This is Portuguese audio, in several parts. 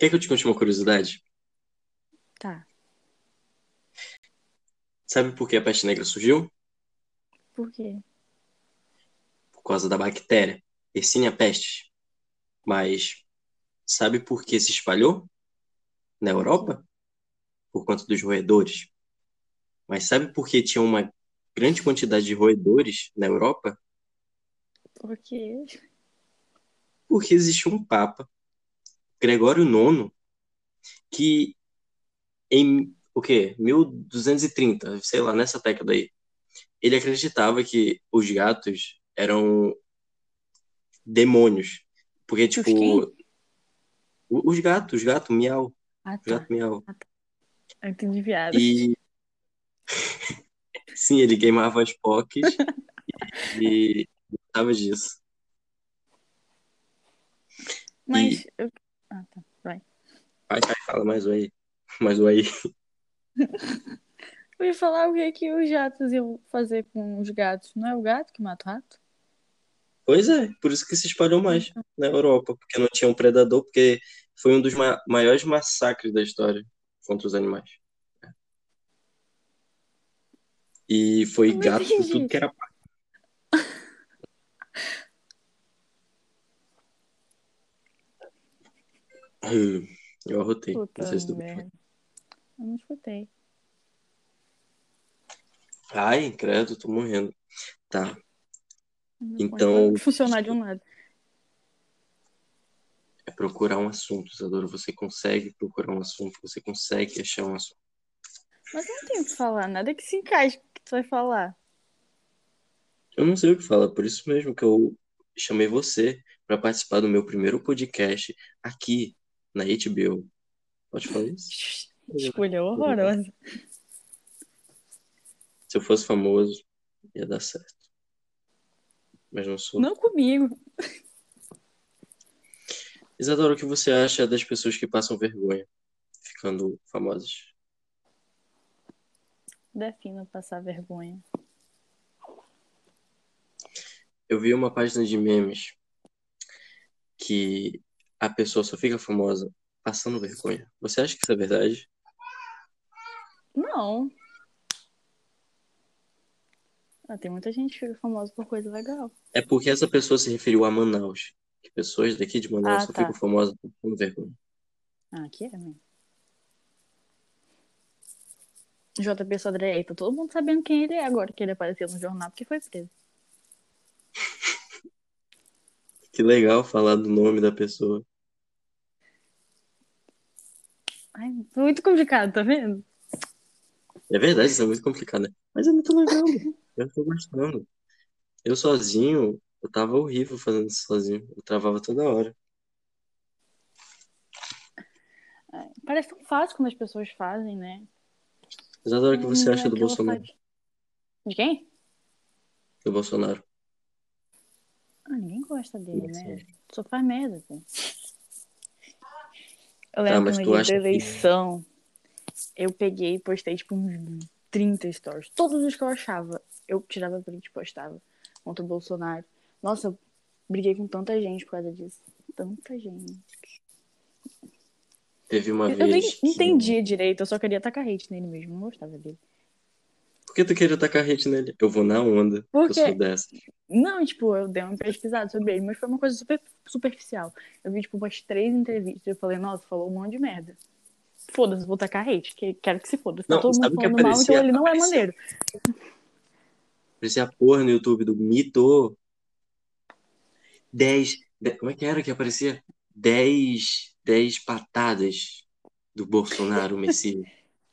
Quer que eu te conte uma curiosidade? Tá. Sabe por que a peste negra surgiu? Por quê? Por causa da bactéria Yersinia pestis. Mas sabe por que se espalhou na Por quê? Europa? Por conta dos roedores. Mas sabe por que tinha uma grande quantidade de roedores na Europa? Por quê? Porque existia um papa, Gregório IX, que em o quê? 1230, sei lá, nessa década aí, ele acreditava que os gatos eram demônios. Porque, Que os quem? tipo, os gatos, miau. Ah, Os gatos tá. miau. Ah, tá. Eu entendi piada. E sim, ele queimava as POCs e gostava disso. E Mas. Ah, tá. Vai. vai, fala mais um aí. Mais um aí. Eu ia falar o que que os gatos iam fazer com os gatos. Não é o gato que mata o rato? Pois é, por isso que se espalhou mais Então. na Europa, porque não tinha um predador, porque foi um dos maiores massacres da história contra os animais. E foi Eu não gato por tudo entendi. que era Eu arrotei. Não Puta sei se tu gostou. merda. Eu não escutei. Ai, credo, tô morrendo. Tá. Meu fone parou Então, de funcionar de um lado. é procurar um assunto, Isadora. Você consegue procurar um assunto, você consegue achar um assunto. Mas eu não tenho o que falar. Nada que se encaixe com o que tu vai falar. Eu não sei o que falar, por isso mesmo que eu chamei você para participar do meu primeiro podcast aqui na HBO. Pode falar isso? Escolha horrorosa. Se eu fosse famoso, ia dar certo. Mas não sou. Não comigo. Isadora, o que você acha das pessoas que passam vergonha ficando famosas? Defina passar vergonha. Eu vi uma página de memes que a pessoa só fica famosa passando vergonha. Você acha que isso é verdade? Não. Ah, tem muita gente que fica famosa por coisa legal. É porque essa pessoa se referiu a Manaus. Que pessoas daqui de Manaus Ah, só ficam tá. famosas passando vergonha. Ah, aqui é mesmo. JP Sodré aí, tá todo mundo sabendo quem ele é agora, que ele apareceu no jornal porque foi preso. Que legal falar do nome da pessoa. Ai, muito complicado, tá vendo? É verdade, isso é muito complicado, né? Mas é muito legal, mano. Eu tô gostando. Eu sozinho, eu tava horrível fazendo isso sozinho. Eu travava toda hora. Parece tão fácil quando as pessoas fazem, né? Isadora, o que Uma você acha menina do que ela Bolsonaro? faz. De quem? Do Bolsonaro? Ah, ninguém gosta dele, Assim. né? Só faz merda, pô. Eu Tá, lembro que mas no tu dia da acha que. eleição, eu peguei e postei, tipo, uns 30 stories. Todos os que eu achava. Eu tirava print e postava contra o Bolsonaro. Nossa, eu briguei com tanta gente por causa disso. Tanta gente. Teve uma Eu nem vez que. entendia direito, eu só queria tacar hate nele mesmo, não gostava dele. Por que tu queria tacar hate nele? Eu vou na onda, que eu sou Porque, dessa. não, tipo, eu dei uma pesquisada sobre ele, mas foi uma coisa super superficial. Eu vi, tipo, umas 3 entrevistas e eu falei, nossa, falou um monte de merda. Foda-se, vou tacar hate, que quero que se foda. Se tá Não, todo mundo sabe o que falando mal, então aparecia? ele não é maneiro. Aparecia a porra no YouTube do mito. 10, como é que era que aparecia? 10 patadas do Bolsonaro, Messias.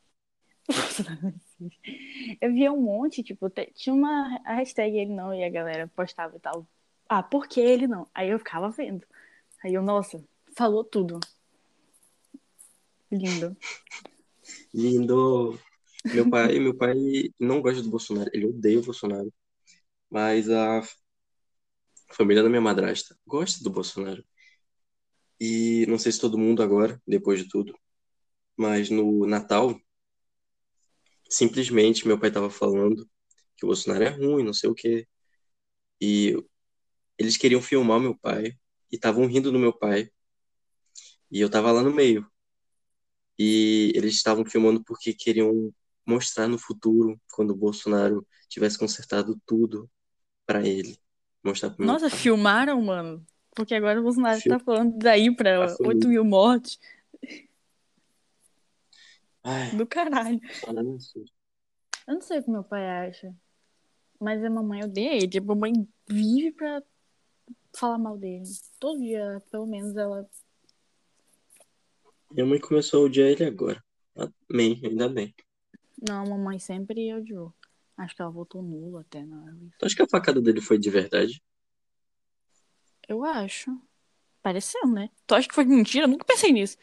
Eu via um monte, tipo, tinha uma a hashtag ele não, e a galera postava e tal. Ah, por que ele não? Aí eu ficava vendo. Aí eu, nossa, falou tudo. Lindo. Lindo. Meu pai não gosta do Bolsonaro, ele odeia o Bolsonaro. Mas a família da minha madrasta gosta do Bolsonaro. E não sei se todo mundo agora, depois de tudo, mas no Natal, simplesmente meu pai estava falando que o Bolsonaro é ruim, não sei o quê. E eles queriam filmar meu pai e estavam rindo do meu pai. E eu tava lá no meio. E eles estavam filmando porque queriam mostrar no futuro, quando o Bolsonaro tivesse consertado tudo pra ele. Mostrar pro meu Nossa, pai. filmaram, mano. Porque agora o Bolsonaro tá Filmar falando daí a pra 8 família. mil mortes Ai, do caralho. só dá um susto. Eu não sei o que meu pai acha, mas a mamãe odeia ele. A mamãe vive pra falar mal dele. Todo dia, pelo menos, ela. Minha mãe começou a odiar ele agora. Amém, ainda bem. Não, a mamãe sempre odiou. Acho que ela votou nula até na Tu eleição. acha que a facada dele foi de verdade? Eu acho. Pareceu, né? Tu acha que foi mentira? Eu nunca pensei nisso.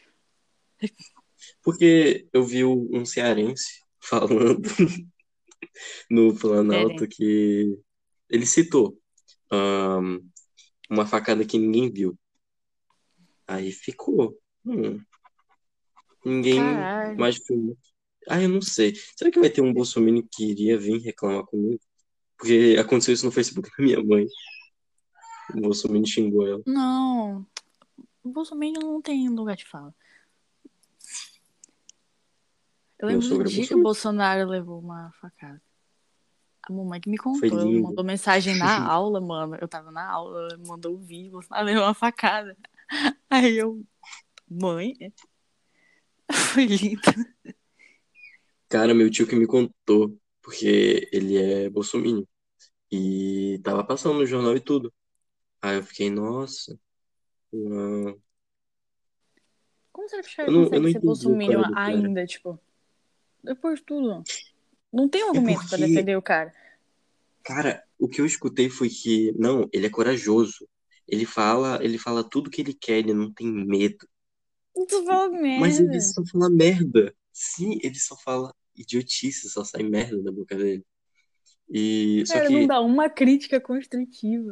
Porque eu vi um cearense falando no Planalto Sério. que ele citou ahn, uma facada que ninguém viu. Aí ficou. Ninguém Caralho. mais filmou. Ah, eu não sei. Será que vai ter um bolsominion que iria vir reclamar comigo? Porque aconteceu isso no Facebook da minha mãe. O bolsominion xingou ela. Não. O Bolsonaro não tem lugar de fala. Eu Meu lembro do sogro é dia que o bolsominion. Bolsonaro levou uma facada. A mamãe que me Foi contou, ela lindo. mandou mensagem na aula, mano. Eu tava na aula, ela mandou o vídeo, Bolsonaro levou uma facada. Aí eu, mãe, foi lindo. Cara, meu tio que me contou, porque ele é bolsominion. E tava passando no jornal e tudo. Aí eu fiquei, nossa, não. Como será que o cara Eu consegue não ser entendi qual bolsominion era do cara. ainda, tipo, depois de tudo? Não tem um É argumento pra porque, defender o cara. cara, o que eu escutei foi que, não, ele é corajoso. Ele fala tudo que ele quer, ele não tem medo. Tu fala Mas ele merda. só fala merda. Sim, ele só fala idiotice, só sai merda da boca dele. E Cara, não dá uma crítica construtiva.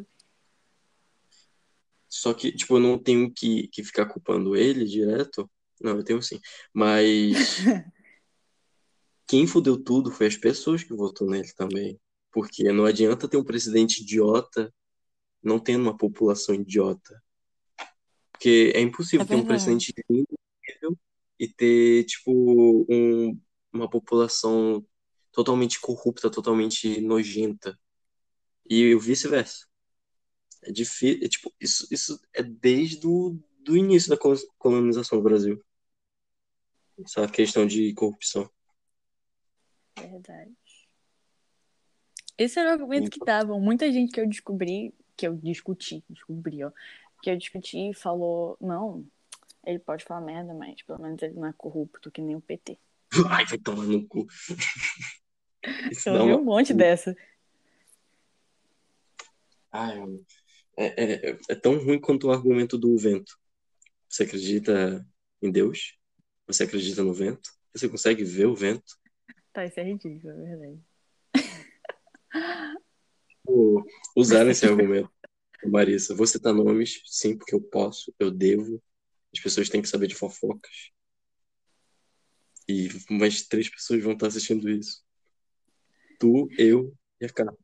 só que, tipo, eu não tenho que ficar culpando ele direto. Não, eu tenho sim. Mas quem fudeu tudo foi as pessoas que votou nele também. Porque não adianta ter um presidente idiota não tendo uma população idiota. Porque é É impossível ter um verdade. presidente incrível e ter, tipo, uma população totalmente corrupta, totalmente nojenta. E o vice-versa. É difícil, é, tipo, isso é desde do início da colonização do Brasil. Essa questão de corrupção. Verdade. Esse era o argumento que davam. Muita gente que eu descobri, que eu descobri, ó, que eu discuti e falou, não, ele pode falar merda, mas pelo menos ele não é corrupto que nem o PT. Ai, vai tomar no cu. Isso Eu dá vi uma. um monte dessa. Ai, mano. É tão ruim quanto o argumento do vento. Você acredita em Deus? Você acredita no vento? Você consegue ver o vento? Tá, isso é ridículo, é verdade. Pô, usaram Você esse que argumento, Marissa. Vou citar nomes, sim, porque eu posso, eu devo. As pessoas têm que saber de fofocas. E mais três pessoas vão estar assistindo isso. Tu, eu e a Carla.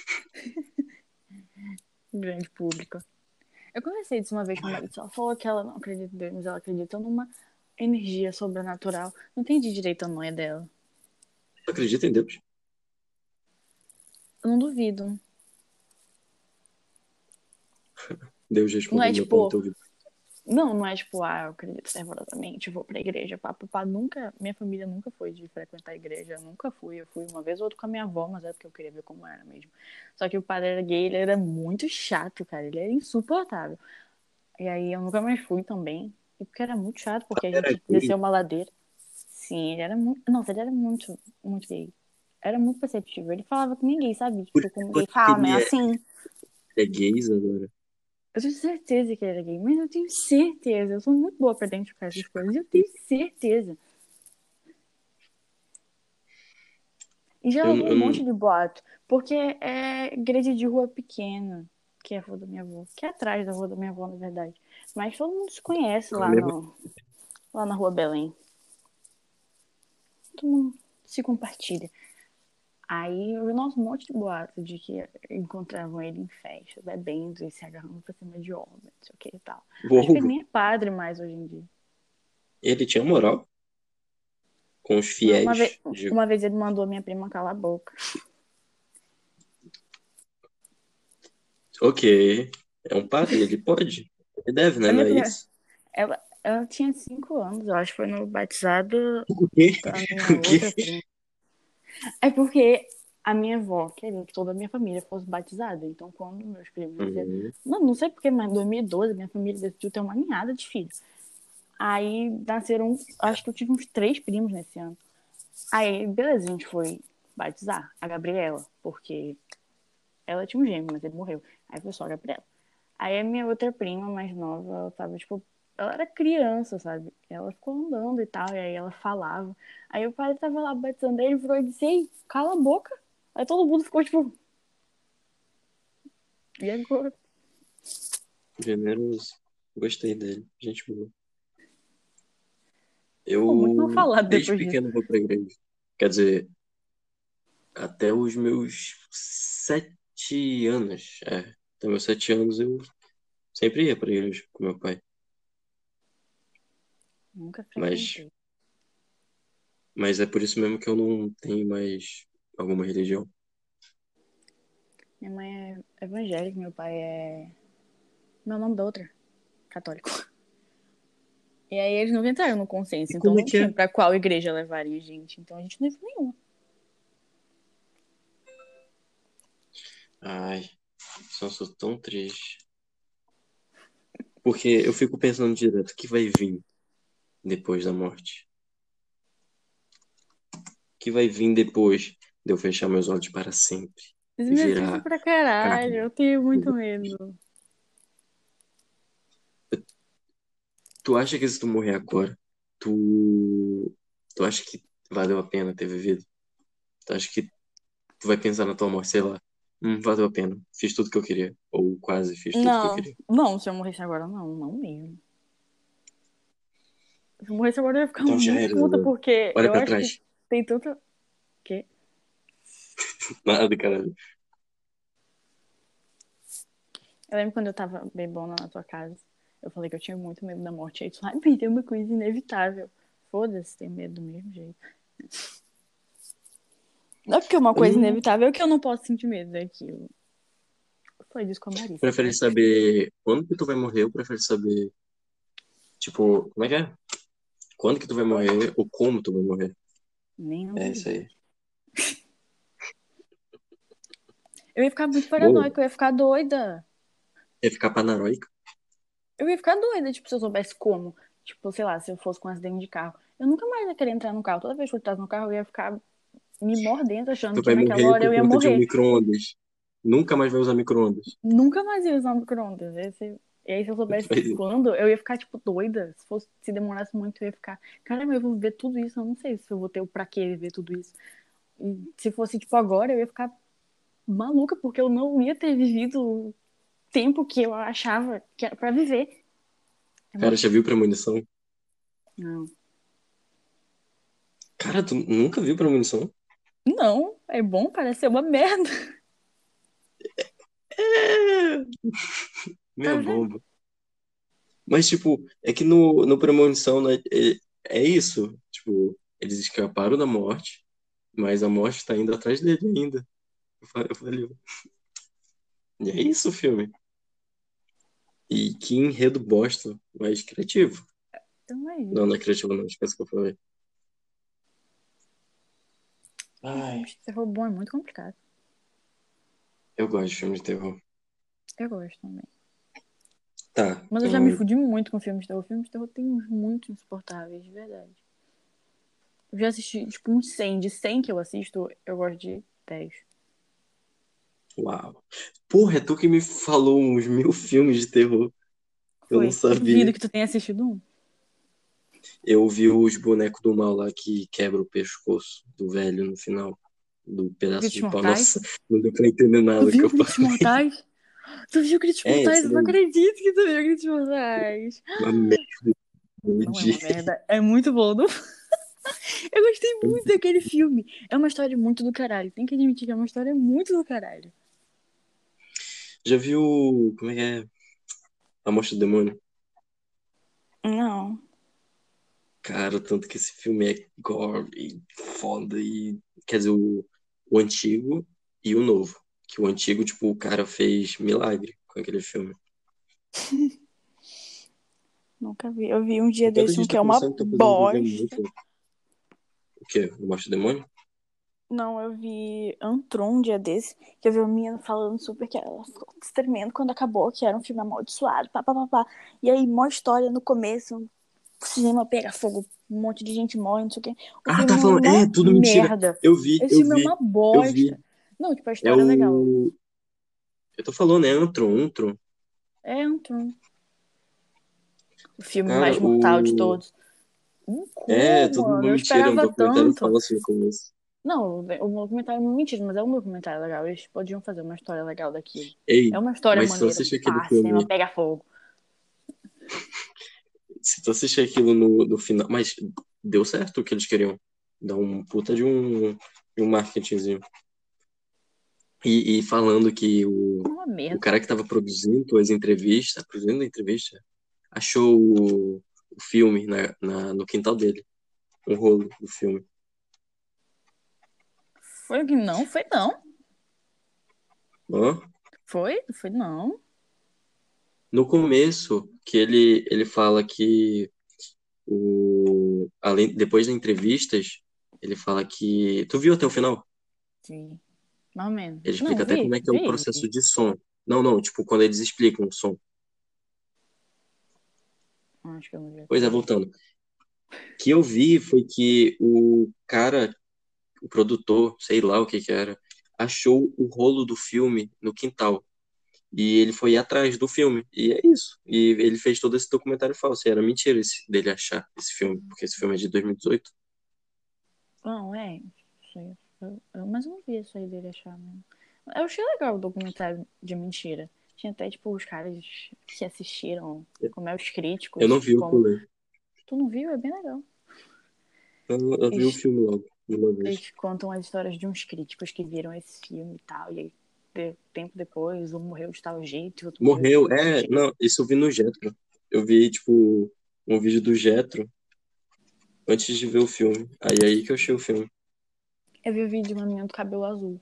grande público. Eu conversei disso uma vez com a Maritza. Ela falou que ela não acredita em Deus, mas ela acredita numa energia sobrenatural. Não entendi direito a noia dela. Tu acredita em Deus? Eu não duvido. Deus Não respondeu é meu pau no tipo, teu ouvido. não é tipo, eu acredito fervorosamente, vou pra igreja, pá, pá, pá. Nunca, minha família nunca foi de frequentar a igreja, nunca fui. Eu fui uma vez ou outra com a minha avó, mas é porque eu queria ver como era mesmo. Só que o padre era gay, ele era muito chato, cara, ele era insuportável. E aí eu nunca mais fui também. E porque era muito chato, porque a Era gente gay? desceu uma ladeira. Sim, ele era muito. Nossa, ele era muito, muito gay. Era muito perceptível. Ele falava que ninguém sabia, Por tipo, isso como que gay fala, né? ele Assim. é gay, Isadora. Eu tenho certeza que ele era gay, mas eu tenho certeza. Eu sou muito boa pra identificar essas coisas. Eu tenho certeza. E já rolou Eu um monte não. de boato. Porque é igreja de rua pequena, que é a rua da minha avó. Que é atrás da rua da minha avó, na verdade. Mas todo mundo se conhece Não, lá, mesmo. no, lá na rua Belém. Todo mundo se compartilha. Aí eu vi um monte de boato de que encontravam ele em festa, bebendo e se agarrando pra cima de homem, não sei o que e tal. Acho que ele Uou, nem é padre mais hoje em dia. Ele tinha moral com os Uma vez, fiéis, digo. uma vez ele mandou minha prima calar a boca. Ok, é um padre, ele pode. Ele deve, né? A Não minha é prima, isso? ela tinha 5 anos, eu acho que foi no batizado O quê? da minha O quê? outra prima. É porque a minha avó queria que toda a minha família fosse batizada. Então, quando meus primos nasceram. Uhum. Não sei porque, mas em 2012 minha família decidiu ter uma ninhada de filhos. Aí nasceram. Acho que eu tive uns 3 primos nesse ano. Aí, beleza, a gente foi batizar a Gabriela, porque ela tinha um gêmeo, mas ele morreu. Aí foi só a Gabriela. Aí a minha outra prima mais nova, ela tava, tipo, ela era criança, sabe? Ela ficou andando e tal, e aí ela falava. Aí o pai tava lá batizando, aí ele virou e disse, ei, cala a boca. Aí todo mundo ficou, tipo, e agora? Generoso. Gostei dele. Gente boa. Ficou muito mal Eu, falado desde depois disso. pequeno, vou pra igreja. Quer dizer, até os meus 7 anos. Até meus 7 anos eu sempre ia pra igreja com meu pai. Nunca Mas, frequentei. mas é por isso mesmo que eu não tenho mais alguma religião. Minha mãe é evangélica, meu pai é. Meu nome da outra, católico. E aí eles nunca entraram no E consenso, então como é não que é? tinha pra qual igreja levarem a gente. Então a gente não ia pra nenhuma. Ai, só sou tão triste. Porque eu fico pensando direto, o que vai vir depois da morte? O que vai vir depois de eu fechar meus olhos para sempre Isso e me assusta virar pra caralho. carne? Eu tenho muito medo. Tu acha que se tu morrer agora, tu acha que valeu a pena ter vivido? Tu acha que tu vai pensar na tua morte, sei lá, valeu a pena, fiz tudo que eu queria, ou quase fiz tudo que eu Não, queria. não, se eu morresse agora, não, não mesmo. Se eu morresse agora, eu ia ficar Então já muito era, puta, Isabel. porque Olha eu pra acho que trás. tem tanta. Quê? Nada, caralho. Eu lembro quando eu tava bebona na tua casa, eu falei que eu tinha muito medo da morte. Aí tu, ai, mas é uma coisa inevitável. Foda-se, tem medo do mesmo jeito. Não é porque é uma Eu coisa não inevitável que eu não posso sentir medo daquilo. Foi disso com a Marissa, prefere tá? saber quando que tu vai morrer, eu prefiro saber, tipo, como é que é? Quando que tu vai morrer, ou como tu vai morrer. Nenhum É dos isso aí. dois. Eu ia ficar muito Boa. paranoica, eu ia ficar doida. É ficar paranoico. Eu ia ficar doida, tipo, se eu soubesse como. Tipo, sei lá, se eu fosse com um acidente de carro. Eu nunca mais ia querer entrar no carro. Toda vez que eu entrasse no carro, eu ia ficar me mordendo, achando Tu que vai naquela morrer hora eu por ia conta de um morrer. micro-ondas. Nunca mais vai usar micro-ondas. Nunca mais ia usar um micro-ondas. E aí, se eu Tu soubesse vai- quando, eu ia ficar, tipo, doida. Se demorasse muito, eu ia ficar. Caramba, eu vou ver tudo isso. Eu não sei se eu vou ter o pra quê ver tudo isso. E se fosse, tipo, agora, eu ia ficar maluca, porque eu não ia ter vivido o tempo que eu achava que era pra viver. É Cara, muito já viu premonição? Não. Cara, tu nunca viu premonição? Não, é bom, parece ser uma merda. É, Tá meia vendo? bomba. Mas, tipo, é que no premonição, né, é isso. Tipo, eles escaparam da morte, mas a morte tá indo atrás dele ainda. Eu falei, e é isso o filme. E que enredo bosta, mas criativo. Então é Não, não isso. é criativo, não, esquece o que eu falei. Um filme Ai, de terror bom é muito complicado. eu gosto de filme de terror. Eu gosto também. Tá, Mas eu já me fudi muito com filmes de terror. Filmes de terror tem uns muito insuportáveis, de verdade. Eu já assisti, tipo, uns 100. De 100 que eu assisto, eu gosto de 10. uau. Porra, é tu que me falou uns 1000 filmes de terror. Eu não Foi. Duvido sabia. que tu tenha assistido um. Eu vi os bonecos do mal lá que quebra o pescoço do velho no final do pedaço Gritos de pau. Mortais. Nossa, não deu pra entender Tu nada que viu eu Gritos falei. Mortais? Tu viu Gritos É, Mortais? esse Eu não daí. acredito que tu viu Gritos Mortais. Uma merda Não é de... uma merda. É muito bom. Não? Eu gostei muito daquele filme. É uma história muito do caralho. Tem que admitir que é uma história muito do caralho. Já viu. Como é que é? A Mostra do Demônio? Não. Cara, tanto que esse filme é gore e foda e... Quer dizer, o antigo e o novo. Que o antigo, tipo, o cara fez milagre com aquele filme. Nunca vi. Eu vi um dia Enquanto a desse um gente que tá é uma conversando, tá fazendo viver bosta. muito. O quê? O Mastro Demônio? Não, eu vi Antron um dia desse, que eu vi uma menina falando super que ela ficou se tremendo quando acabou, que era um filme amaldiçoado, pá, pá, pá, pá. E aí, mó história no começo, o cinema pega fogo, um monte de gente morre, não sei o quê. O Ah, filme tá é falando. uma É, tudo mentira. merda. Eu vi, Esse eu filme é vi, uma eu vi. bosta. Não, tipo, a É história é legal. o. Eu tô falando, é Antron, Antron. É Antron. O filme Cara, mais mortal de o. todos. É, Como, tudo uma mano? Eu mentira. É um esperava documentário tanto. falso no começo. Não, o documentário é uma mentira, mas é um documentário legal. Eles podiam fazer uma história legal daquilo. É Ei, uma história mas se tu maneira. assistir aquele Pá, cinema filme. pega fogo. Se tu assistir aquilo no final. Mas deu certo o que eles queriam. Dar um puta de um marketingzinho. E falando que Uma o merda. cara que tava produzindo as entrevistas, produzindo a entrevista, achou o filme no quintal dele. Um rolo do filme. Foi que não? Foi não. Hã? Foi não. No começo, que ele fala que depois das entrevistas, ele fala que. Tu viu até o final? Sim, mais ou menos. Ele Não, explica até como vi, é que é o vi. processo de som. Não, não, tipo, quando eles explicam o som. Acho que eu não vi Pois até é, aí. voltando. O que eu vi foi que o cara, o produtor, sei lá o que que era, achou o rolo do filme no quintal. E ele foi atrás do filme. E é isso. E ele fez todo esse documentário falso. E era mentira dele achar esse filme, porque esse filme é de 2018. Não, é. Isso aí. Mas eu não vi isso aí dele achar mesmo. Eu achei legal o documentário de mentira. Tinha até, tipo, os caras que assistiram, como é os Eu não críticos, vi o como. rolê. Tu não viu? É bem legal. Eu vi o Eles, filme logo, de uma vez. eles contam as histórias de uns críticos que viram esse filme e tal. E aí, tempo depois, um morreu de tal jeito e outro morreu de Morreu. tal É, jeito. não, isso eu vi no Jetro. Eu vi, tipo, um vídeo do Jetro antes de ver o filme. Aí que eu achei o filme. Eu vi o vídeo de uma menina do cabelo azul.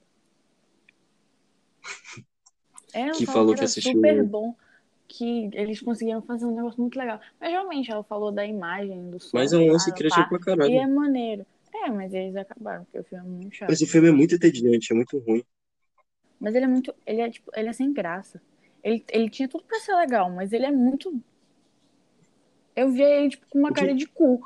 Ela Que falou que falou que era super assistiu. bom, que eles conseguiram fazer um negócio muito legal. Mas realmente ela falou da imagem, do Mas som, é um lance claro, criativo pá. pra E é caralho. maneiro. É, mas eles acabaram, porque o filme é muito chato. Esse filme é muito entediante, é muito ruim. Mas ele é muito. Ele é tipo, ele é sem graça. Ele tinha tudo pra ser legal, mas ele é muito. Eu via ele, tipo, com uma O cara que, de cu.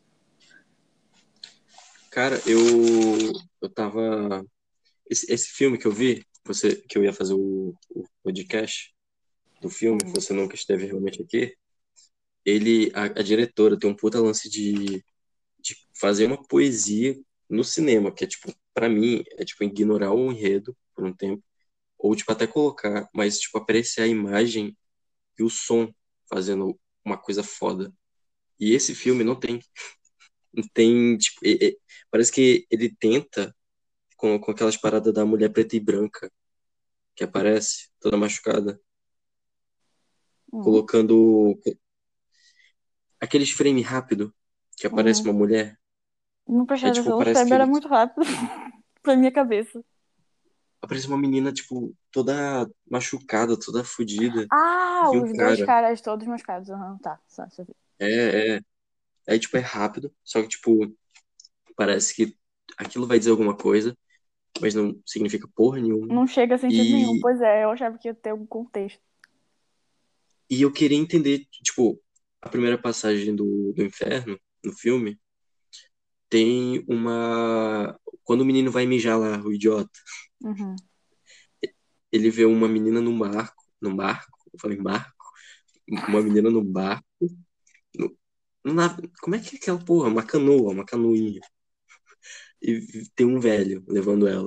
cara, eu tava. Esse filme que eu vi, que eu ia fazer o podcast do filme, Uhum. você nunca esteve realmente aqui. A diretora tem um puta lance de fazer uma poesia no cinema, que é tipo, pra mim, é tipo ignorar o enredo por um tempo, ou tipo até colocar, mas tipo apreciar a imagem e o som fazendo uma coisa foda. E esse filme não tem, tipo, parece que ele tenta com aquelas paradas da mulher preta e branca que aparece, toda machucada, Uhum. colocando aqueles frame rápido que aparece Uhum. uma mulher. Não prestei Aí, tipo, atenção, o parece frame que era muito rápido pra minha cabeça. aparece uma menina, tipo, toda machucada, toda fodida. Ah, E um os dois cara. caras todos machucados. Uhum, tá, só vi. É, é. Aí, tipo, é rápido. Só que, tipo, parece que aquilo vai dizer alguma coisa, mas não significa porra nenhuma. Não chega a sentido nenhum. E, Pois é, eu achava que ia ter algum contexto. e eu queria entender, tipo, a primeira passagem do inferno, no filme, tem uma. Quando o menino vai mijar lá, o idiota, Uhum. ele vê uma menina no barco, eu falei barco, uma menina no barco, no, como é que é aquela porra? Uma canoa, uma canoinha. E tem um velho levando ela.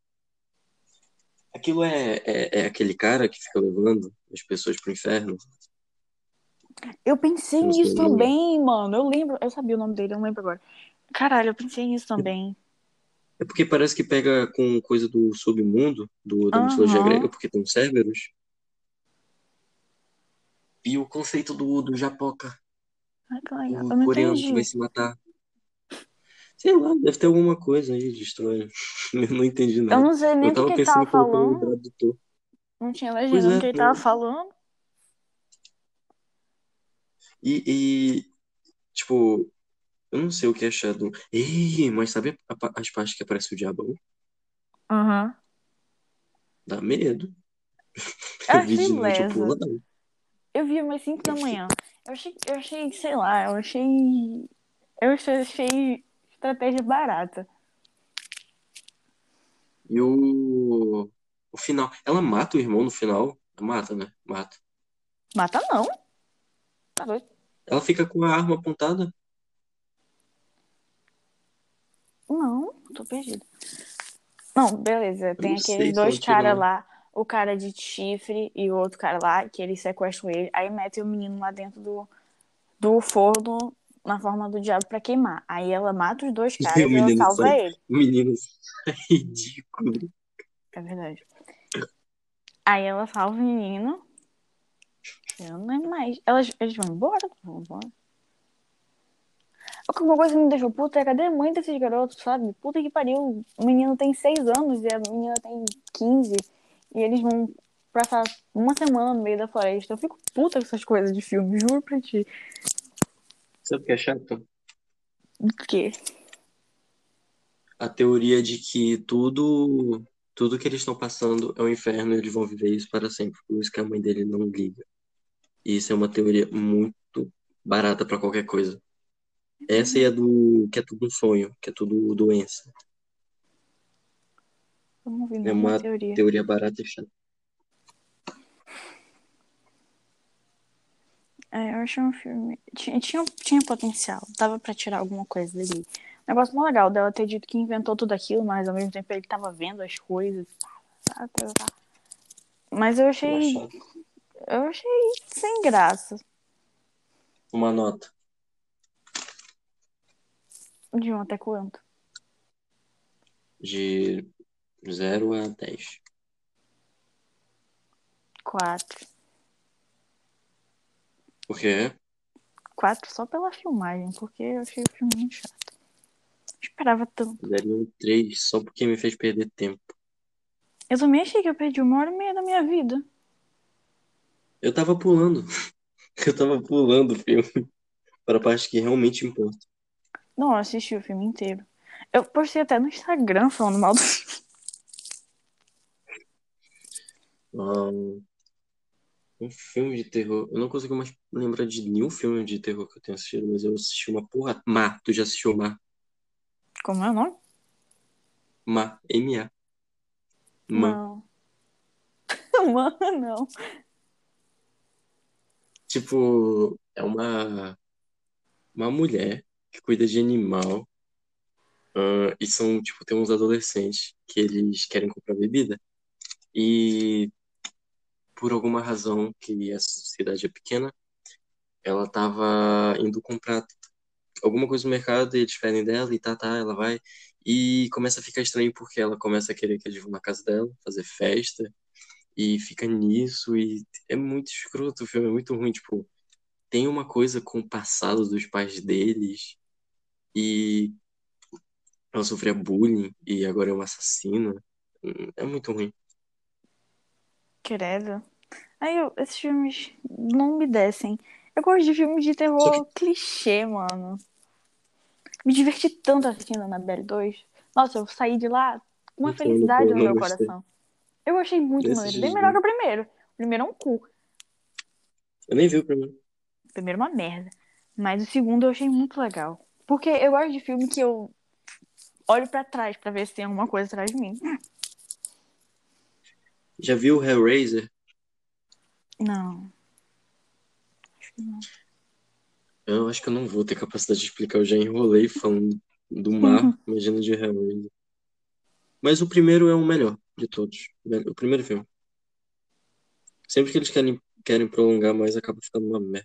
Aquilo é aquele cara que fica levando as pessoas pro inferno? Eu pensei Eu não sei nisso o nome. também, mano. Eu lembro, eu sabia o nome dele, eu não lembro agora. Caralho, eu pensei nisso também. É porque parece que pega com coisa do submundo, da mitologia grega, Aham. porque tem os Cerberus. E o conceito do Japoca. Ai, que legal. O Eu não coreano que vai entendi. se matar. Sei lá, deve ter alguma coisa aí de estranho. Eu não entendi Eu nada. não sei nem Eu o que tava que ele pensando tava em colocar o falando. tradutor. Não tinha Pois legenda no é, que ele tava não. falando. E, tipo, eu não sei o que achar do. Ei, mas sabe as partes que aparece o diabão? Aham. Dá medo. Eu Eu vi achei de noite, eu lesa. pulava. Eu vi umas 5 da manhã. Eu achei, sei lá, eu achei estratégia barata. E o final. Ela mata o irmão no final? Mata, né? Mata. Mata não. Tá doido. Ela fica com a arma apontada. Não, tô perdido. Não, beleza. Eu Tem não aqueles sei se ela dois tira, caras não. lá. O cara de chifre e o outro cara lá, que eles sequestram ele. Aí metem o menino lá dentro do forno na forma do diabo pra queimar. Aí ela mata os dois E o caras e ela menino salva sai. ele. O menino sai ridículo. É verdade. Aí ela salva o menino. Eu não lembro mais. Eles vão embora? Vão embora. Uma coisa que me deixou puta é cadê a mãe desses garotos, sabe? Puta que pariu. O menino tem 6 anos e a menina tem 15. E eles vão passar uma semana no meio da floresta. Eu fico puta com essas coisas de filme, juro pra ti. Sabe o que é chato? Por quê? A teoria de que tudo que eles estão passando é o inferno e eles vão viver isso para sempre. Por isso que a mãe dele não liga. E isso é uma teoria muito barata para qualquer coisa. Essa e a do que é tudo um sonho, que é tudo doença. Eu não vi É nenhuma uma teoria. teoria barata e chata. É, eu achei um filme. Tinha potencial. Dava pra tirar alguma coisa dali. Um negócio mó legal dela ter dito que inventou tudo aquilo, mas ao mesmo tempo ele tava vendo as coisas. Tá. Mas eu Mas achei. chato. Eu achei sem graça. Uma nota De um até quanto? de 0 a 10. 4. Porque 4 só pela filmagem, porque eu achei o filme muito chato. Esperava tanto. daria um 3 só porque me fez perder tempo. Eu também achei que eu perdi 1 hora e meia da minha vida. Eu tava pulando. Eu tava pulando o filme para a parte que realmente importa. Não, eu assisti o filme inteiro. Eu postei até no Instagram falando mal do filme. Ah, um filme de terror. Eu não consigo mais lembrar de nenhum filme de terror que eu tenha assistido, mas eu assisti uma porra. Tu já assistiu Má? Como é o nome? Má, M-A. Má. Não. Mano, não. Tipo, é uma mulher que cuida de animal. E são, tipo, tem uns adolescentes que eles querem comprar bebida. E por alguma razão que a cidade é pequena, ela tava indo comprar alguma coisa no mercado e eles pedem dela e tá, ela vai. E começa a ficar estranho porque ela começa a querer que eles vão na casa dela, fazer festa, e fica nisso, e é muito escroto o filme, é muito ruim, tipo, tem uma coisa com o passado dos pais deles, e ela sofria bullying, e agora é uma assassina. É muito ruim. Credo. Esses filmes não me descem. Eu gosto de filmes de Só que terror clichê, mano. Me diverti tanto assistindo Annabelle 2. Nossa, eu saí de lá com uma então, felicidade eu no não meu gostei. coração. Eu achei muito Nesse maneiro. Bem melhor desvio. que o primeiro. O primeiro é um cu. Eu nem vi o primeiro. O primeiro é uma merda. Mas o segundo eu achei muito legal. Porque eu gosto de filme que eu olho pra trás pra ver se tem alguma coisa atrás de mim. Já viu o Hellraiser? Não, acho que não. Eu acho que eu não vou ter capacidade de explicar, eu já enrolei falando do mar, imagina de Hellraiser. Mas o primeiro é o melhor de todos. O primeiro filme. Sempre que eles querem prolongar mais, acaba ficando uma merda.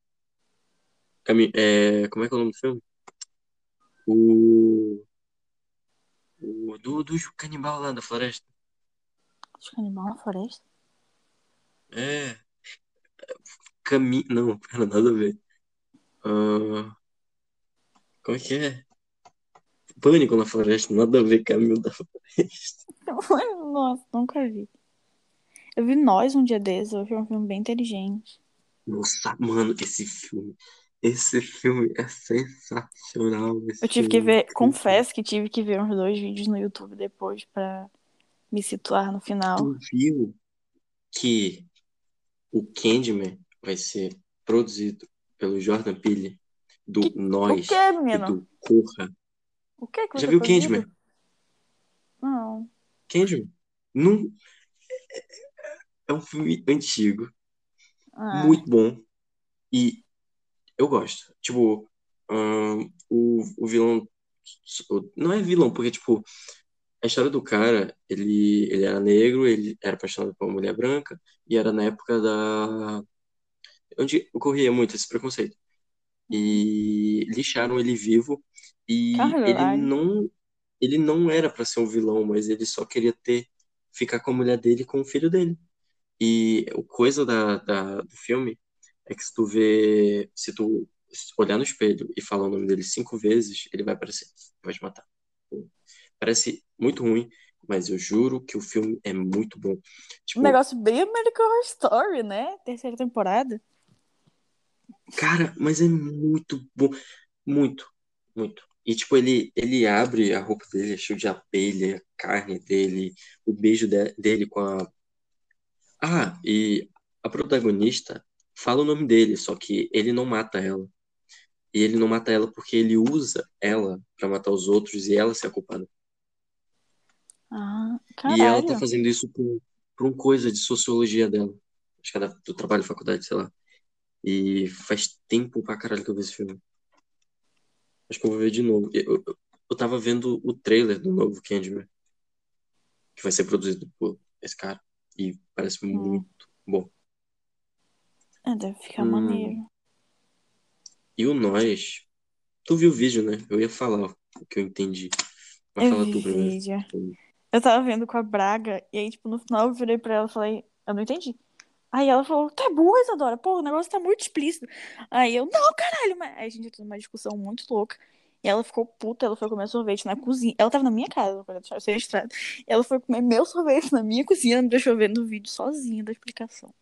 Como é que é o nome do filme? O, do canibal lá da floresta. Acho que é Animal na Floresta. É. Não, pera, nada a ver. Ah, como é que é? Pânico na Floresta, nada a ver, Caminho da Floresta. Nossa, nunca vi. Eu vi Nós um dia desses, eu achei um filme bem inteligente. Nossa, mano, esse filme é sensacional, Eu esse tive que filme é ver, incrível. confesso que tive que ver uns 2 vídeos no YouTube depois pra me situar no final. Tu viu que o Candyman vai ser produzido pelo Jordan Peele, Que, do o Nós que, e menino? do Corra? O que que vai Já ser viu produzido? Candyman? Não. Candyman? Não, é um filme antigo, Ah, muito bom, e eu gosto. Tipo, o vilão. Não é vilão, porque, tipo, a história do cara, ele era negro, ele era apaixonado por uma mulher branca, e era na época onde ocorria muito esse preconceito. E lixaram ele vivo, e caralho. ele não era pra ser um vilão, mas ele só queria ficar com a mulher dele e com o filho dele. E o coisa do filme é que se tu olhar no espelho e falar o nome dele 5 vezes, ele vai aparecer, vai te matar. Parece muito ruim, mas eu juro que o filme é muito bom. Um Tipo, negócio bem American Horror Story, né? Terceira temporada. cara, mas é muito bom. Muito, muito. E, tipo, ele abre a roupa dele, é cheio de abelha, a carne dele, o beijo dele com a. Ah, e a protagonista fala o nome dele, só que ele não mata ela. E ele não mata ela porque ele usa ela pra matar os outros e ela ser a culpada. Ah, E ela tá caralho. fazendo isso por um coisa de sociologia dela. Acho que é do trabalho de faculdade, sei lá. E faz tempo pra caralho que eu vi esse filme. Acho que eu vou ver de novo. Eu tava vendo o trailer do novo Candyman, que vai ser produzido por esse cara. E parece Hum, muito bom. deve ficar Hum, maneiro. e o Nós. Tu viu o vídeo, né? Eu ia falar o que eu entendi. Mas Eu fala vi tu primeiro. vídeo. Eu tava vendo com a Braga, e aí, tipo, no final eu virei pra ela e falei, eu não entendi. Aí ela falou, tá burra, Isadora, pô, o negócio tá muito explícito. Aí eu, não, caralho, mas aí a gente entrou numa discussão muito louca. E ela ficou puta, ela foi comer sorvete na cozinha. Ela tava na minha casa, pra deixar ser registrado. E ela foi comer meu sorvete na minha cozinha, me deixou vendo o vídeo sozinha da explicação.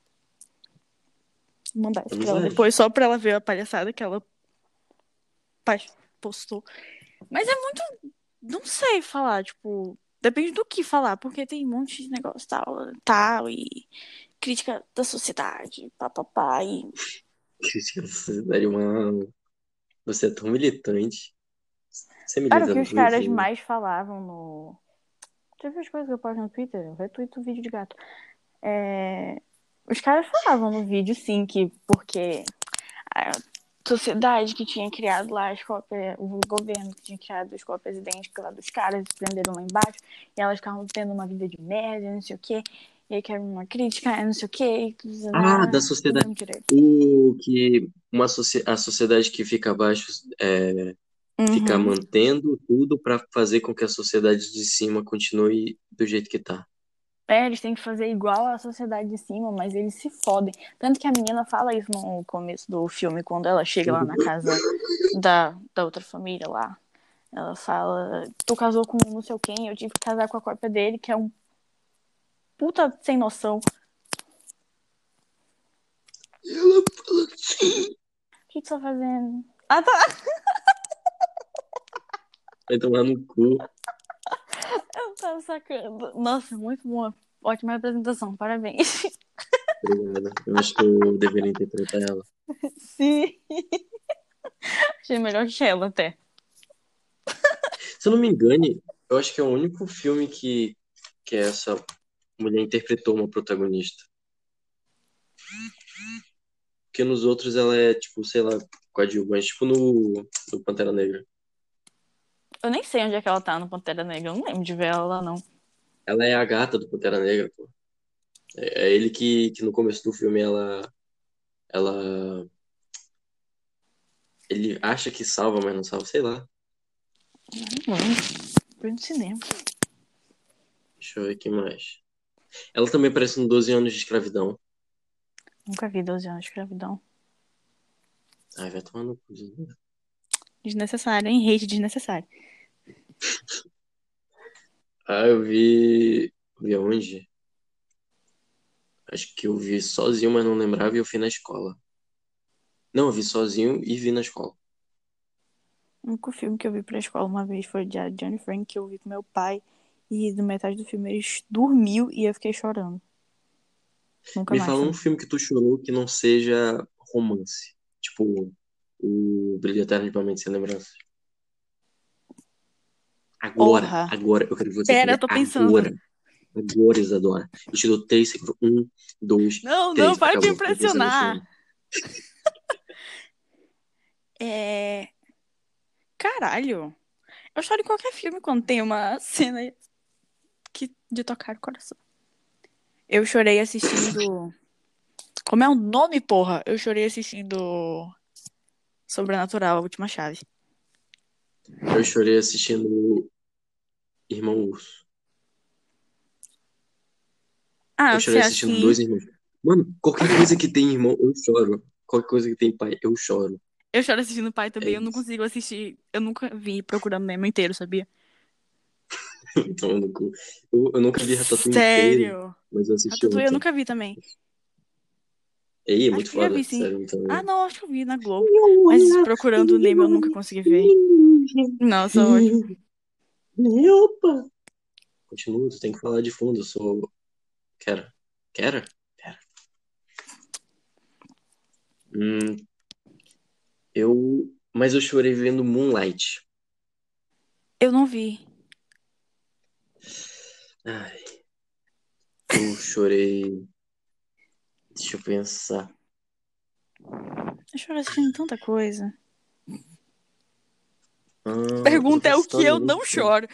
Vou mandar isso pra ela Amizade. depois, só pra ela ver a palhaçada que ela postou. Mas é muito. Não sei falar, tipo. Depende do que falar, porque tem um monte de negócio tal, e crítica da sociedade, papapá, e. Crítica da sociedade é uma. Você é tão militante. Você Cara, o milita que no os caras Twitter? mais falavam no. Já viu as coisas que eu posto no Twitter? Eu retuito o vídeo de gato. É... Os caras falavam no vídeo, sim, que porque a sociedade que tinha criado lá as cópias, o governo que tinha criado as cópias idênticas lá dos caras, prenderam lá embaixo, e elas ficavam tendo uma vida de merda, não sei o quê, e aí que era uma crítica, não sei o quê, e tudo, Ah, da do sociedade. mesmo direito. O que a sociedade que fica abaixo fica Uhum. mantendo tudo para fazer com que a sociedade de cima continue do jeito que tá. É, eles têm que fazer igual a sociedade de cima, mas eles se fodem. Tanto que a menina fala isso no começo do filme, quando ela chega lá na casa da outra família lá. Ela fala, tu casou com não sei quem, eu tive que casar com a cópia dele, que é um puta sem noção. E ela fala assim. O que tu tá fazendo? Ah, tá. Vai tomar no cu. Eu tava sacando. Nossa, muito boa. Ótima representação, parabéns. Obrigado. Eu acho que eu deveria interpretar ela. Sim. Achei melhor que ela até. Se eu não me engane, eu acho que é o único filme que essa mulher interpretou uma protagonista. Porque nos outros ela é, tipo, sei lá, coadjuvante, tipo no Pantera Negra. Eu nem sei onde é que ela tá no Pantera Negra. Eu não lembro de ver ela lá, não. Ela é a gata do Pantera Negra, pô. É ele que no começo do filme ela, ele acha que salva, mas não salva, sei lá. Não lembro. Fui no cinema. Deixa eu ver aqui mais. Ela também aparece no 12 anos de escravidão. Nunca vi 12 anos de escravidão. Ai, vai tomar no cu. Desnecessário, hein? Hate desnecessário. Ah, eu vi. Vi aonde? Acho que eu vi sozinho, mas não lembrava e eu vi na escola. Não, eu vi sozinho e vi na escola. O único filme que eu vi pra escola uma vez foi o Diário de Anne Frank, que eu vi com meu pai. E no metade do filme ele dormiu e eu fiquei chorando. Nunca Me mais fala um chorei. filme que tu chorou que não seja romance. Tipo, o Brilho Eterno de uma Mente Sem Lembranças. Agora, Porra! agora, eu quero que você Pera, fale eu tô pensando. agora. Agora, Isadora. Eu te dou 3 segundos. Um, dois, Não, não, três. para de me Acabou. Depois você vai chorar. impressionar. É. Caralho. Eu choro em qualquer filme quando tem uma cena de tocar o coração. Eu chorei assistindo. Como é o nome, porra? Eu chorei assistindo Sobrenatural, a última chave. Eu chorei assistindo Irmão Urso. Eu Ah, se chorei é assistindo assim. Dois Irmãos. Mano, qualquer coisa que tem irmão, eu choro. Qualquer coisa que tem pai, eu choro. Eu choro assistindo Pai É também. Eu não isso. consigo assistir. Eu nunca vi Procurando Nemo inteiro, sabia? Então, eu nunca vi Ratatouille inteiro, Sério. mas eu assisti Ratatouille eu ontem. nunca vi também. E aí, é Acho muito que eu já vi, foda, sim. sério. Então, Ah, não, acho que eu vi na Globo. Mas Procurando Nemo eu nunca consegui ver. Nossa, ótimo. Opa! Continua, tu tem que falar de fundo. Eu sou. Quero. Quero? Quero. Hum, Mas eu chorei vendo Moonlight. Eu não vi. Ai, eu chorei. Deixa eu pensar. Eu choro assistindo tanta coisa. Eu tô Pergunta é o que pensando em eu algum não filme. choro.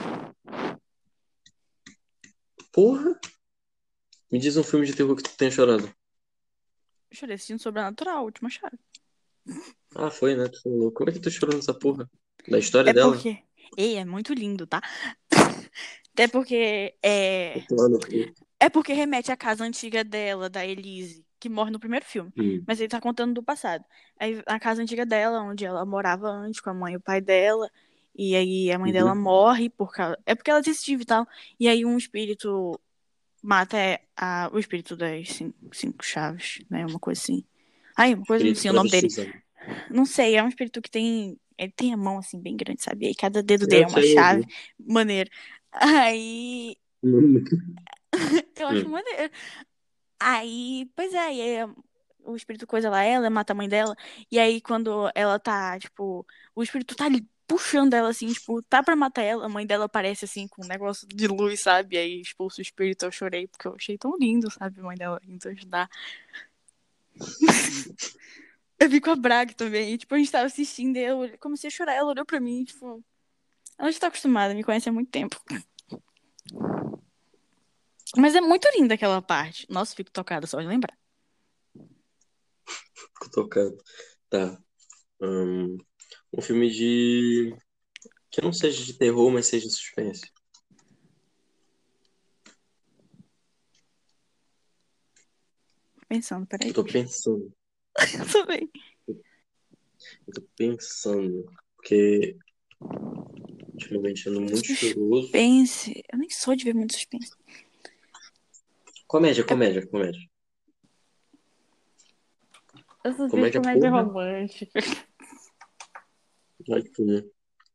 Porra! Me diz um filme de terror que tu tenha chorado. Eu chorei assistindo Sobrenatural, a última chave. Ah, foi, né? Tu falou. Como é que tu chorou nessa porra? Da história É dela? porque. Ei, é muito lindo, tá? Até porque é. Eu tô lá no cu. É porque remete à casa antiga dela, da Elise, que morre no primeiro filme. Hum. Mas ele tá contando do passado. Aí a casa antiga dela, onde ela morava antes com a mãe e o pai dela. E aí a mãe dela Uhum. morre por causa. É porque ela desistiu e tal. E aí um espírito mata o espírito das cinco chaves, né? Uma coisa assim. Ai, uma coisa Espírito assim, o nome dele. travestizado. Não sei, é um espírito que tem. Ele tem a mão assim bem grande, sabe? E aí cada dedo dele é Eu uma sei, eu chave. vi. Maneiro. Aí. Hum. Eu acho maneiro. Aí, pois é, o espírito coisa lá ela, mata a mãe dela. E aí, quando ela tá, tipo, o espírito tá ali puxando ela assim, tipo, tá pra matar ela, a mãe dela aparece assim com um negócio de luz, sabe? E aí expulsa o espírito, eu chorei, porque eu achei tão lindo, sabe? A mãe dela indo ajudar. Eu vi com a Braga também, e, tipo, a gente tava assistindo, e eu comecei a chorar, ela olhou pra mim, tipo, ela já tá acostumada, me conhece há muito tempo. Mas é muito linda aquela parte. Nossa, fico tocada só de lembrar. Fico tocando. Tá. Hum, Um filme de. Que não seja de terror, mas seja suspense. Pensando, Eu peraí. tô pensando. Eu também. Eu tô pensando. Porque ultimamente ando muito choroso. Suspense. Eu nem sou de ver muito suspense. Comédia, É, comédia, comédia. eu só vejo Comédia, comédia porra. romântica. Vai tu, né?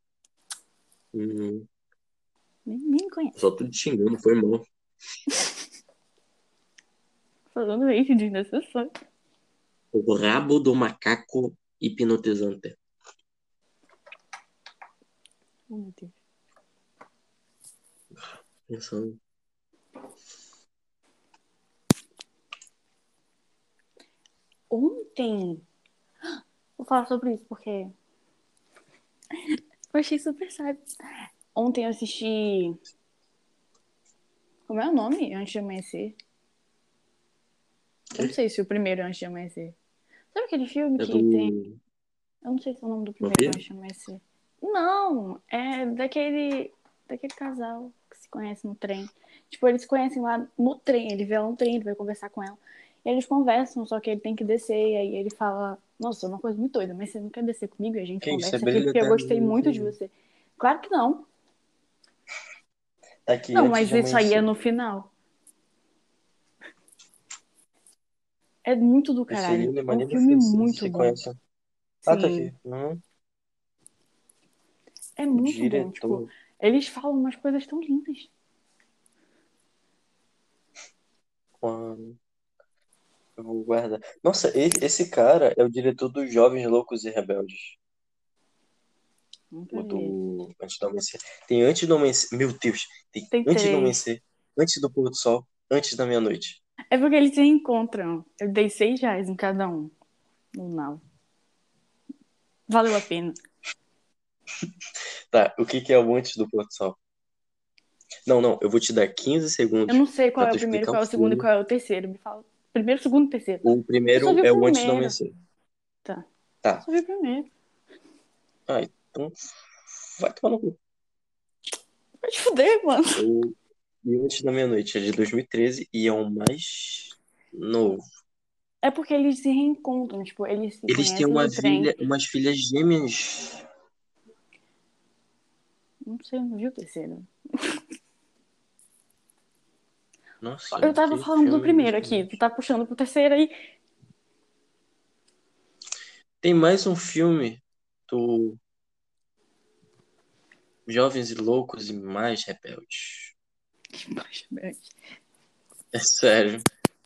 Hum, Nem me conhece. Só tô te xingando, foi mal. Falando isso desnecessário. O rabo do macaco hipnotizante. Oh, meu Deus. Pensando. Ontem. Vou falar sobre isso porque eu achei super sábio. Ontem eu assisti. Como é o nome? Antes de Amanhecer. Eu não Quê? sei se o primeiro é Antes de Amanhecer. Sabe aquele filme É que tem. do Eu não sei se é o nome do primeiro vampiro? Antes de Amanhecer. Não! É daquele. Daquele casal que se conhece no trem. Tipo, eles se conhecem lá no trem. Ele vê ela no trem, ele vai conversar com ela. E eles conversam, só que ele tem que descer. E aí ele fala: Nossa, é uma coisa muito doida, mas você não quer descer comigo? E a gente Que isso? É conversa aqui brilho porque eu eterno, gostei não muito de entendi. você. Claro que não. Tá aqui Não, antes mas de isso aí é amanhecer. no final. É muito do Esse caralho. lindo, É um maneiro filme filme muito se bom. conhece. Ah, tá Sim, aqui. Não, é o muito bom. Tipo, diretor. eles falam umas coisas tão lindas. Quando eu vou guardar. Nossa, esse cara é o diretor dos Jovens Loucos e Rebeldes. Nunca O vi esse. do Antes do Amanhecer. Tem Antes do Amanhecer. Meu Deus. Tem Tem Antes do 3. Amanhecer. Antes do Pôr do Sol. Antes da Meia-Noite. É porque eles se encontram. Eu dei R$ 6 em cada um. No Now. Valeu a pena. Tá, o que que é o Antes do Pôr do Sol? Não, não. Eu vou te dar 15 Eu segundos não sei qual pra é tu o primeiro, explicar o qual é o segundo e filme. qual é o terceiro. Me fala. Primeiro, segundo e terceiro. O Eu só primeiro vi o é o Antes do primeiro. Amanhecer. Tá. Tá. Só vi o primeiro. Ah, então vai tomar no cu. Vai te fuder, mano. O E Antes da Meia-Noite é de 2013 e é o mais novo. É porque eles se reencontram. Tipo, eles se Eles têm conhecem no trem. umas filhas gêmeas. Não sei, não vi o terceiro. Nossa, Eu tava que falando do filme primeiro aqui. Tu emocionante. tá puxando pro terceiro aí. Tem mais um filme do Jovens e Loucos e Mais Rebeldes. É sério.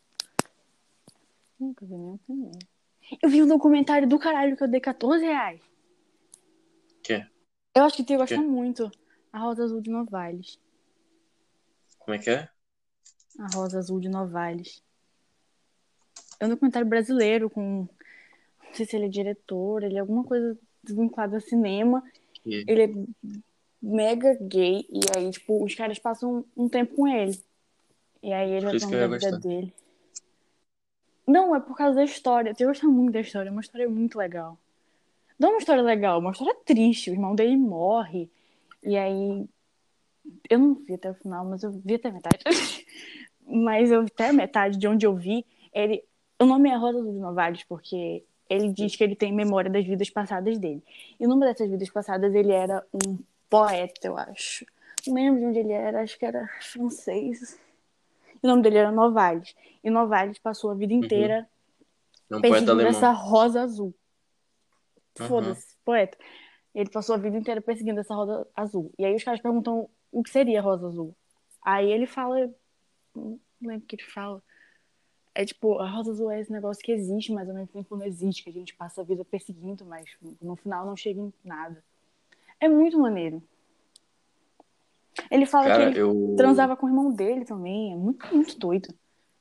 Nunca vi nenhum primeiro. Eu vi um documentário do caralho que eu dei R$ 14. Que? Eu acho que tu ia gostar Que? muito. A Rosa Azul de Novales. Como é que é? A Rosa Azul de Novales. É um documentário brasileiro com. Não sei se ele é diretor, ele é alguma coisa vinculada a cinema. Que? Ele é mega gay. E aí, tipo, os caras passam um tempo com ele. E aí ele vai Por isso que falando eu da ia vida gostar. dele. Não, é por causa da história. Eu gosto muito da história. É uma história muito legal. Não é uma história legal, é uma história triste. O irmão dele morre. E aí. Eu não vi até o final, mas eu vi até a metade. Mas eu até a metade de onde eu vi, ele. O nome é Rosa dos Novares, porque ele diz que ele tem memória das vidas passadas dele. E numa dessas vidas passadas ele era um poeta, eu acho. Não lembro de onde ele era, acho que era francês. E o nome dele era Novalis. E Novalis passou a vida Uhum. inteira É um poeta perseguindo essa alemão. rosa azul. Uhum. Foda-se, poeta. Ele passou a vida inteira perseguindo essa rosa azul. E aí os caras perguntam o que seria a rosa azul. Aí ele fala. Não lembro o que ele fala. É tipo, a rosa azul é esse negócio que existe, mas ao mesmo tempo não existe, que a gente passa a vida perseguindo, mas no final não chega em nada. É muito maneiro. Ele fala que Cara, ele eu. transava com o irmão dele também. É muito, muito doido.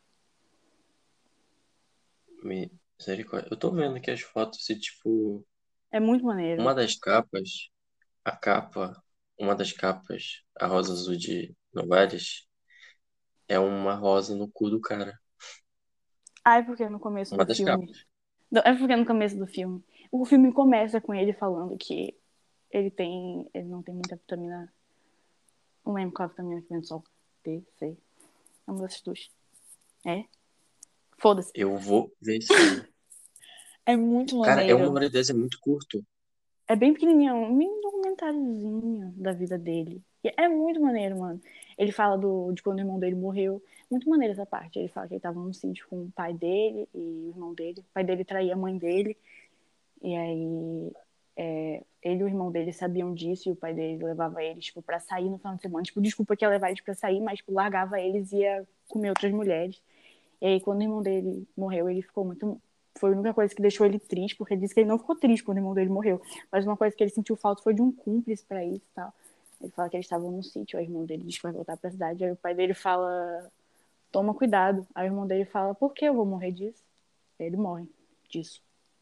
Misericórdia. Eu tô vendo aqui as fotos e, tipo, É muito maneiro. uma das capas, a capa, uma das capas, a rosa azul de Novares, é uma rosa no cu do cara. Ah, é porque no começo Uma do das filme. capas. Não, é porque no começo do filme. O filme começa com ele falando que ele tem. Ele não tem muita vitamina. Não lembro qual é a vitamina que vem do sol. D, C. É uma dessas duas. É? Foda-se. Eu vou ver esse filme. É muito Cara, é uma maneiro. hora e dez, é muito curto. É bem pequenininho, um mini documentáriozinho da vida dele. E é muito maneiro, mano. Ele fala de quando o irmão dele morreu. Muito maneiro essa parte. Ele fala que ele tava num sítio com o pai dele e o irmão dele. O pai dele traía a mãe dele. E aí ele e o irmão dele sabiam disso e o pai dele levava eles, tipo, pra sair no final de semana. Tipo, desculpa que ia levar eles pra sair, mas, tipo, largava eles e ia comer outras mulheres. E aí, quando o irmão dele morreu, ele ficou muito. Foi a única coisa que deixou ele triste, porque ele disse que ele não ficou triste quando o irmão dele morreu. Mas uma coisa que ele sentiu falta foi de um cúmplice pra isso e tal. Ele fala que eles estavam num sítio, aí o irmão dele diz que vai voltar pra cidade. Aí o pai dele fala: Toma cuidado. Aí o irmão dele fala: Por que eu vou morrer disso? Aí ele morre disso.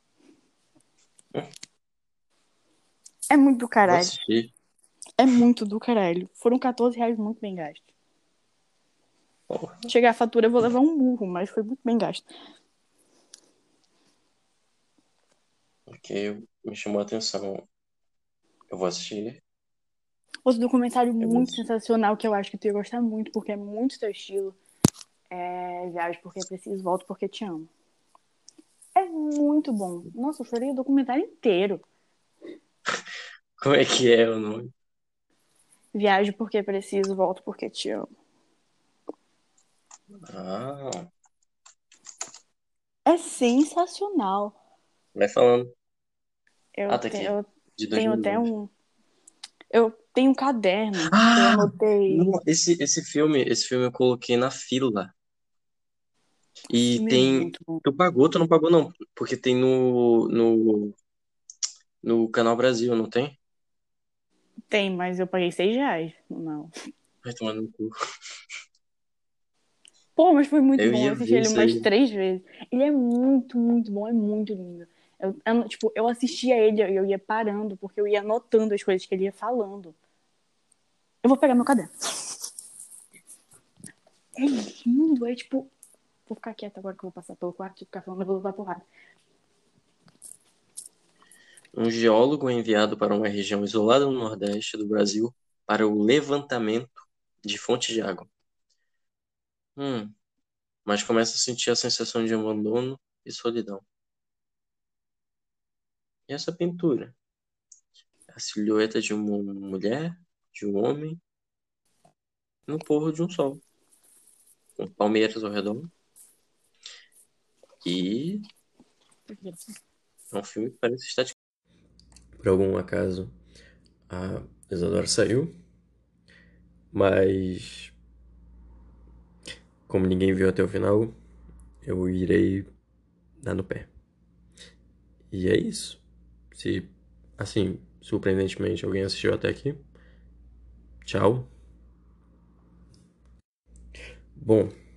É muito do Vou caralho. assistir. É muito do caralho. Foram R$ 14 muito bem gastos. Porra, Chegar a fatura, eu vou levar um murro, mas foi muito bem gasto. porque me chamou a atenção. Eu vou assistir. Outro documentário Eu vou muito assistir. sensacional que eu acho que tu ia gostar muito, porque é muito teu estilo, Viagem porque é preciso, volto porque te amo. É muito bom. Nossa, eu chorei o documentário inteiro. Como é que é o nome? Viagem porque é preciso, volto porque te amo. Ah, É sensacional. vai falando. Eu, Ah, tá te, aqui. eu De tenho até 2009. um. Eu tenho um caderno que eu Ah! anotei. Não, esse filme eu coloquei na fila. Esse E filme é tem. muito bom. Tu pagou, tu não pagou, não. Porque tem no Canal Brasil, não tem? Tem, mas eu paguei R$ 6. Não. Vai tomar no cu. Pô, mas foi muito Eu bom. Eu ia assisti ver ele isso umas aí. 3 vezes. Ele é muito, muito bom. É muito lindo. Tipo, eu assistia ele e eu ia parando, porque eu ia anotando as coisas que ele ia falando. Eu vou pegar meu caderno. É lindo. É tipo. Vou ficar quieta agora que eu vou passar pelo quarto e ficar falando, eu vou levar porrada. Um geólogo é enviado para uma região isolada no Nordeste do Brasil para o levantamento de fontes de água. Mas começa a sentir a sensação de abandono e solidão. E essa pintura? A silhueta de uma mulher, de um homem, no pôr de um sol, com palmeiras ao redor. E é um filme que parece estar de... Por algum acaso, a Isadora saiu, mas como ninguém viu até o final, eu irei dar no pé. E é isso. Se, assim, surpreendentemente alguém assistiu até aqui, tchau. Bom,